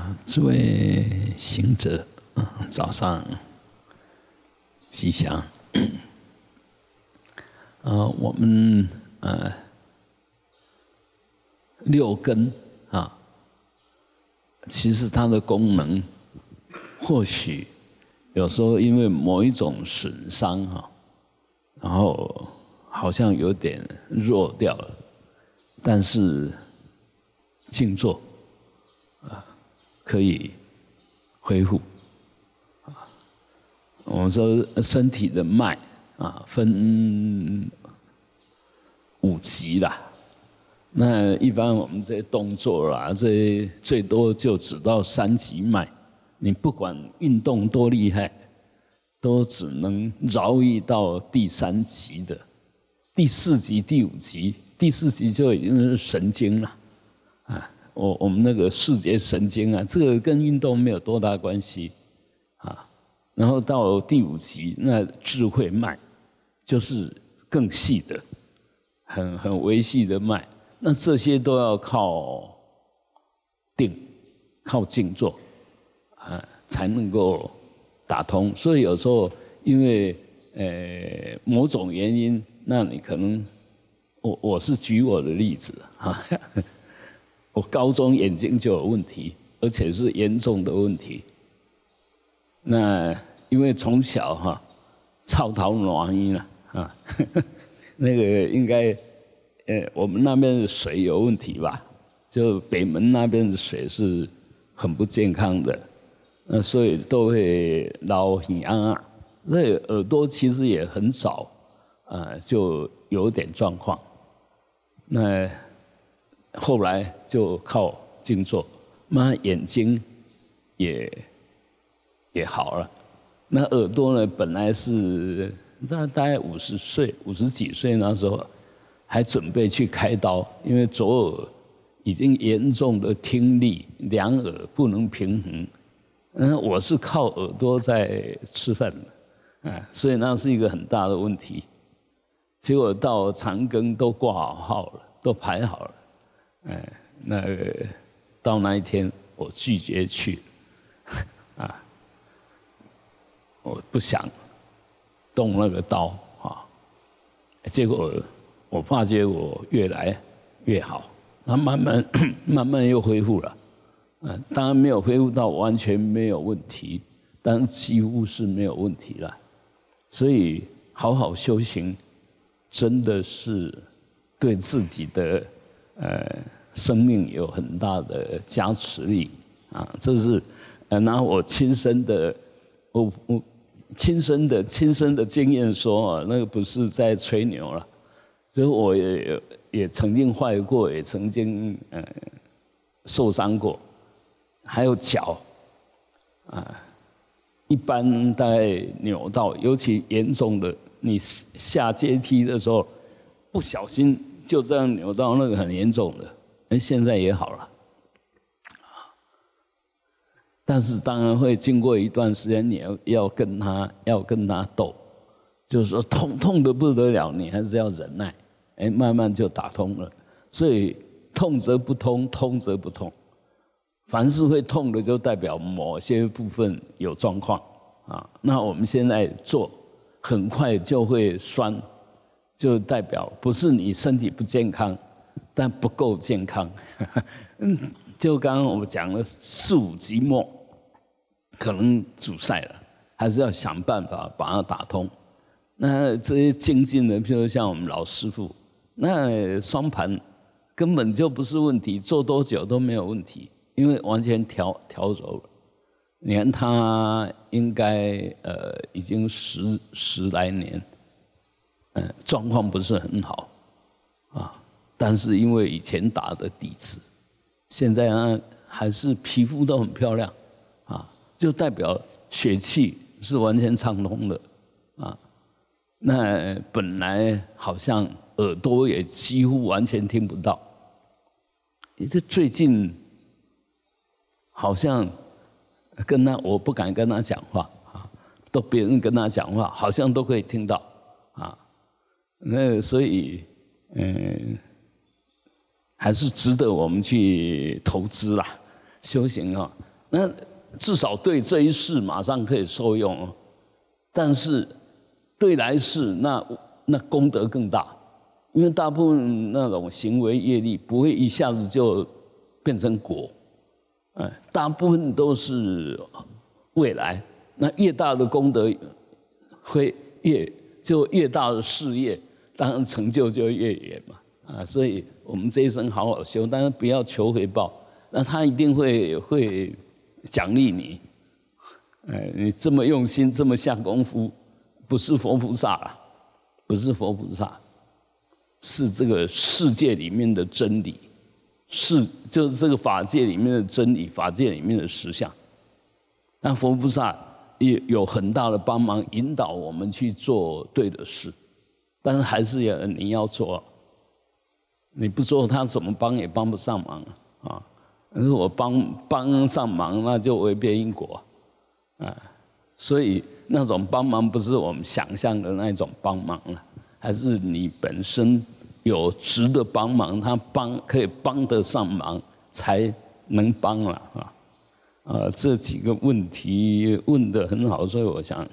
诸位行者，早上吉祥。我们六根其实它的功能，或许有时候因为某一种损伤然后好像有点弱掉了，但是静坐可以恢复。我们说身体的脉分5级啦。那一般我们这些动作啦，这最多就只到3级脉。你不管运动多厉害，都只能饶益到第3级的，第4级、第5级，第4级就已经是神经了我们那个视觉神经这个跟运动没有多大关系然后到第5级，那智慧脉就是更细的、很微细的脉。那这些都要靠定、靠静坐才能够打通。所以有时候因为某种原因，那你可能我是举我的例子我高中眼睛就有问题，而且是严重的问题。那因为从小操头暖意了那个应该我们那边的水有问题吧？就北门那边的水是很不健康的，所以都会老很所以耳朵其实也很早就有点状况。那后来就靠静坐，眼睛也好了。那耳朵呢，本来是大概50岁、50几岁那时候，还准备去开刀，因为左耳已经严重的听力，两耳不能平衡。我是靠耳朵在吃饭的，所以那是一个很大的问题。结果到长庚都挂好号了，都排好了。那个到那一天，我拒绝去我不想动那个刀结果我发觉我越来越好，那慢慢又恢复了。当然没有恢复到完全没有问题，但几乎是没有问题了。所以好好修行，真的是对自己的生命有很大的加持力这是拿我亲身的亲身的经验说那个不是在吹牛了。就是我也曾经坏过，也曾经受伤过，还有脚一般大概扭到，尤其严重的，你下阶梯的时候不小心就这样扭到，那个很严重的。现在也好了但是当然会经过一段时间，你要跟他斗，就是说痛得不得了，你还是要忍耐，慢慢就打通了。所以痛则不通，通则不痛。凡是会痛的，就代表某些部分有状况那我们现在做，很快就会酸，就代表不是你身体不健康，但不够健康。就刚刚我们讲了4、5级末，可能阻塞了，还是要想办法把它打通。那这些精进的，譬如像我们老师傅，那双盘根本就不是问题，做多久都没有问题，因为完全调柔了。你看他应该已经十来年，状况不是很好但是因为以前打的底子，现在还是皮肤都很漂亮就代表血气是完全畅通的那本来好像耳朵也几乎完全听不到，这最近好像我不敢跟他讲话都别人跟他讲话，好像都可以听到那所以还是值得我们去投资啦。修行那至少对这一世马上可以受用哦，但是对来世那功德更大，因为大部分那种行为业力不会一下子就变成果，大部分都是未来。那越大的功德会越大的事业，当然成就就越远嘛。所以我们这一生好好修，但是不要求回报，那他一定会奖励你。你这么用心，这么下功夫，不是佛菩萨啦，不是佛菩萨，是这个世界里面的真理，就是这个法界里面的真理，法界里面的实相。那佛菩萨也有很大的帮忙，引导我们去做对的事，但是还是你要做，你不做，他怎么帮也帮不上忙啊！如果帮上忙，那就违背因果啊！所以那种帮忙不是我们想象的那种帮忙了，还是你本身有值得帮忙，他可以帮得上忙，才能帮了啊！这几个问题问得很好，所以我想，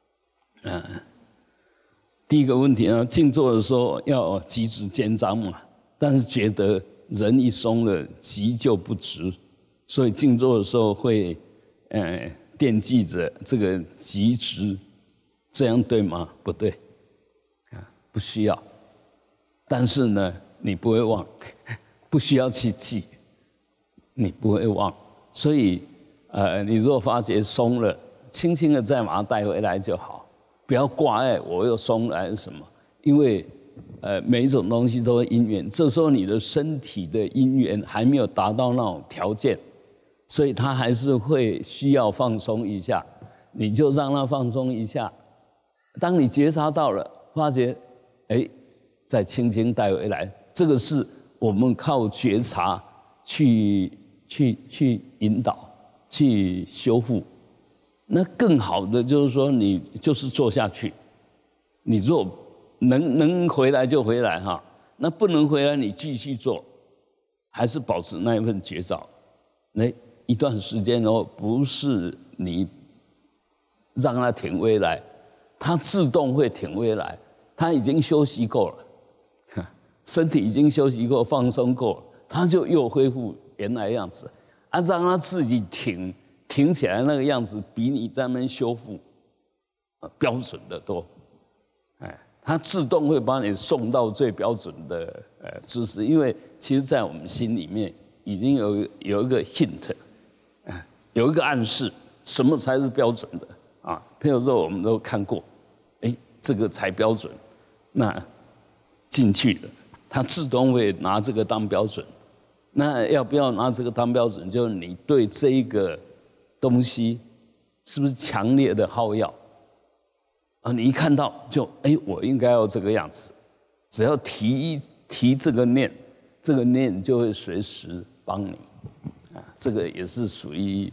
第一个问题呢，静坐的时候要急止坚张嘛，但是觉得人一松了，急就不直，所以静坐的时候会惦记着这个急直，这样对吗？不对，不需要。但是呢，你不会忘，不需要去记，你不会忘，所以。你如果发觉松了，轻轻的再把它带回来就好，不要挂碍我又松了还是什么，因为每一种东西都会因缘，这时候你的身体的因缘还没有达到那种条件，所以它还是会需要放松一下，你就让它放松一下。当你觉察到了，发觉再轻轻带回来，这个是我们靠觉察去引导。去修复，那更好的就是说，你就是做下去。你若能回来就回来哈，那不能回来你继续做，还是保持那一份觉照。一段时间哦，不是你让它停回来，它自动会停回来，它已经休息够了，身体已经休息够、放松够了，它就又恢复原来样子。让他自己挺起来那个样子，比你在那边修复标准的多。他自动会把你送到最标准的姿势，因为其实，在我们心里面已经有一个 hint， 有一个暗示，什么才是标准的啊？譬如说，我们都看过，这个才标准，那进去了，他自动会拿这个当标准。那要不要拿这个当标准？就是你对这一个东西是不是强烈的好要你一看到就我应该要这个样子，只要提这个念，这个念就会随时帮你这个也是属于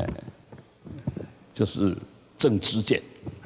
就是正知见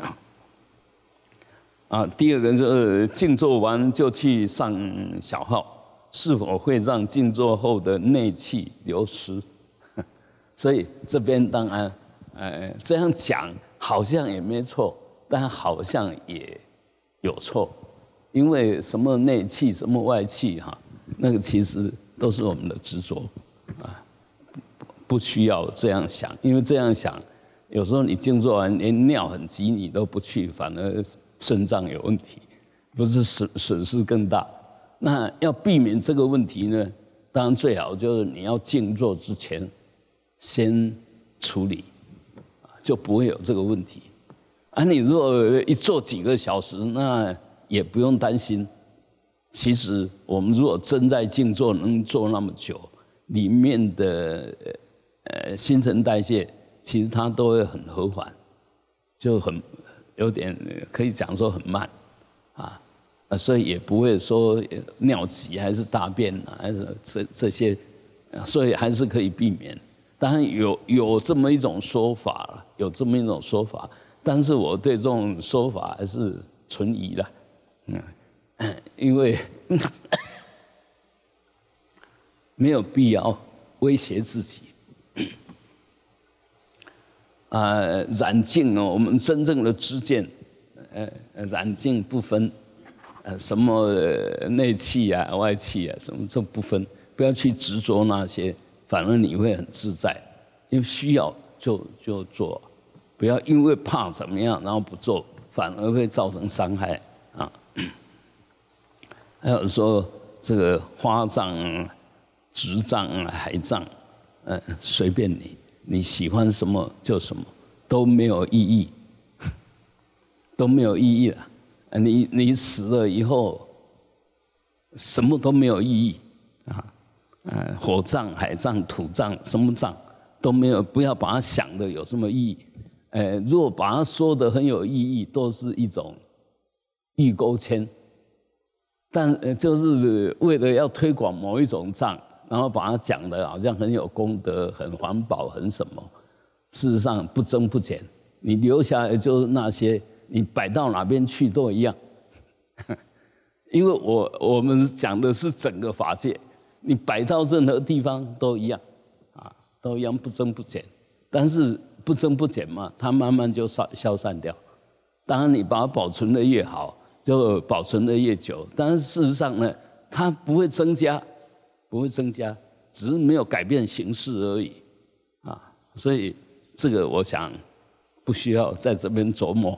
第二个就是静坐完就去上小号。是否会让静坐后的内气流失？所以这边当然，这样讲好像也没错，但好像也有错，因为什么内气、什么外气那个其实都是我们的执着不需要这样想，因为这样想，有时候你静坐完连尿很急你都不去，反而肾脏有问题，不是损失更大。那要避免这个问题呢，当然最好就是你要静坐之前先处理，就不会有这个问题。你如果一坐几个小时，那也不用担心。其实我们如果真在静坐能坐那么久，里面的新陈代谢其实它都会很和缓，就有点可以讲说很慢所以也不会说尿急还是大便还是这些，所以还是可以避免。当然有这么一种说法，有这么一种说法，但是我对这种说法还是存疑的，因为没有必要威胁自己。 染净我们真正的知见，染净不分，什么内气啊、外气啊，什么这不分，不要去执着那些，反而你会很自在，因为需要就做，不要因为怕怎么样然后不做，反而会造成伤害啊。还有说这个花葬、植葬、海葬，随便你。你喜欢什么就什么，都没有意义，都没有意义了。你死了以后，什么都没有意义啊！火葬、海葬、土葬，什么葬都没有，不要把它想的有什么意义。如果把它说的很有意义，都是一种欲勾牵，但就是为了要推广某一种葬。然后把它讲的好像很有功德、很环保、很什么，事实上不增不减。你留下来就是那些，你摆到哪边去都一样。因为我们讲的是整个法界，你摆到任何地方都一样，都一样不增不减。但是不增不减嘛，它慢慢就消散掉。当然你把它保存的越好，就保存的越久。但是事实上呢，它不会增加。不会增加，只是没有改变形式而已，所以这个我想不需要在这边琢磨。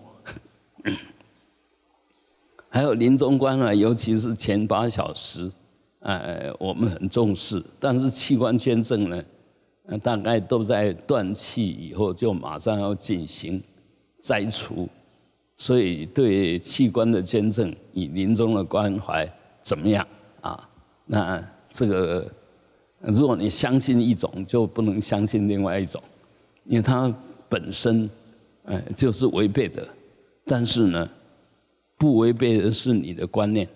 还有临终关呢，尤其是前8小时，我们很重视，但是器官捐赠呢，大概都在断气以后就马上要进行摘除，所以对器官的捐赠以临终的关怀怎么样啊？那这个，如果你相信一种，就不能相信另外一种，因为它本身，就是违背的。但是呢，不违背的是你的观念，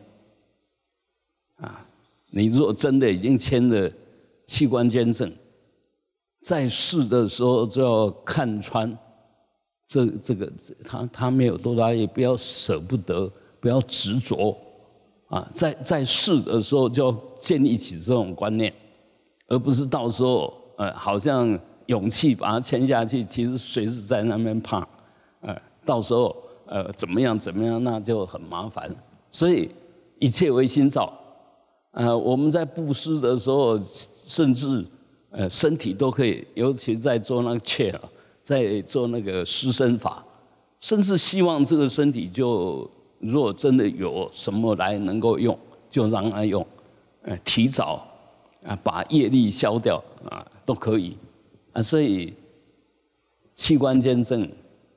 你如果真的已经签了器官捐赠，在世的时候就要看穿这个他没有多大意，不要舍不得，不要执着。在世的时候就要建立起这种观念，而不是到时候好像勇气把它签下去，其实随时在那边怕，到时候怎么样，那就很麻烦。所以一切唯心造。我们在布施的时候，甚至身体都可以，尤其在做那个chair，在做那个施身法，甚至希望这个身体就。如果真的有什么来能够用，就让它用，提早把业力消掉都可以所以器官捐赠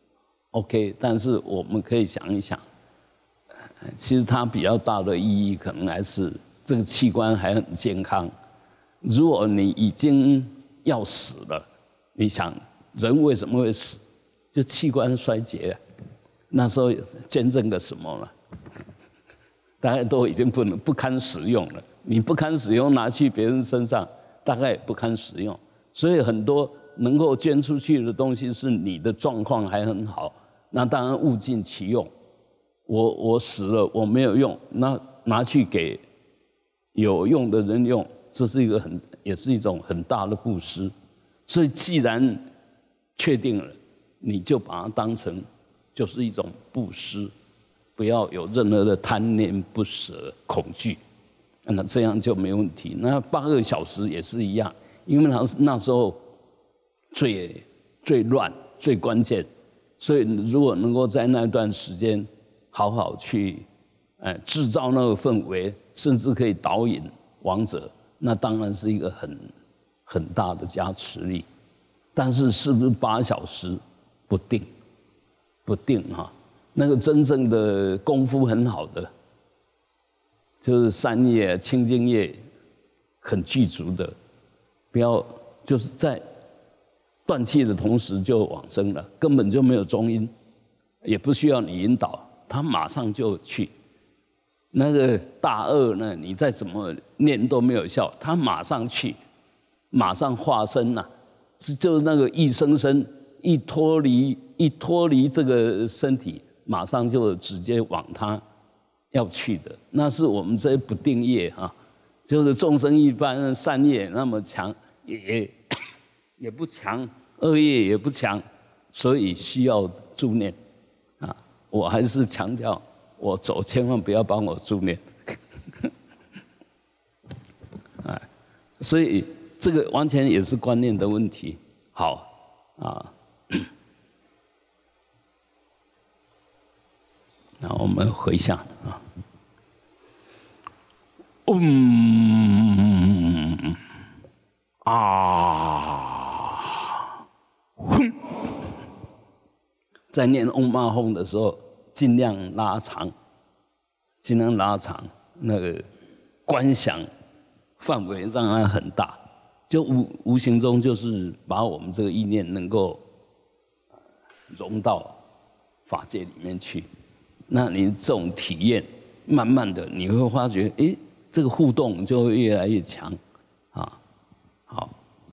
OK， 但是我们可以想一想，其实它比较大的意义可能还是这个器官还很健康。如果你已经要死了，你想人为什么会死？就器官衰竭那时候捐赠个什么了？大概都已经不堪使用了。你不堪使用，拿去别人身上，大概也不堪使用。所以很多能够捐出去的东西，是你的状况还很好，那当然物尽其用。我死了，我没有用，那拿去给有用的人用，这是也是一种很大的布施。所以既然确定了，你就把它当成就是一种布施，不要有任何的贪念、不舍、恐惧，那这样就没问题。那8个小时也是一样，因为那时候最乱、最关键，所以如果能够在那段时间好好去制造那个氛围，甚至可以导引亡者，那当然是一个很大的加持力。但是是不是8小时不定哈？那个真正的功夫很好的，就是3业、清净业很具足的，不要就是在断气的同时就往生了，根本就没有中阴，也不需要你引导，他马上就去。那个大恶呢，你再怎么念都没有效，他马上去，马上化身了，就是那个一生生一脱离这个身体，马上就直接往他要去的。那是我们这些不定业啊，就是众生一般善业那么强也不强，恶业也不强， 所以需要助念啊。我还是强调，我走千万不要帮我助念，啊，所以这个完全也是观念的问题。好啊，那我们回向啊。在念嗡嘛吽的时候，尽量拉长，那个观想范围让它很大，就无形中就是把我们这个意念能够融到法界里面去。那你这种体验，慢慢的你会发觉，这个互动就会越来越强，啊，好。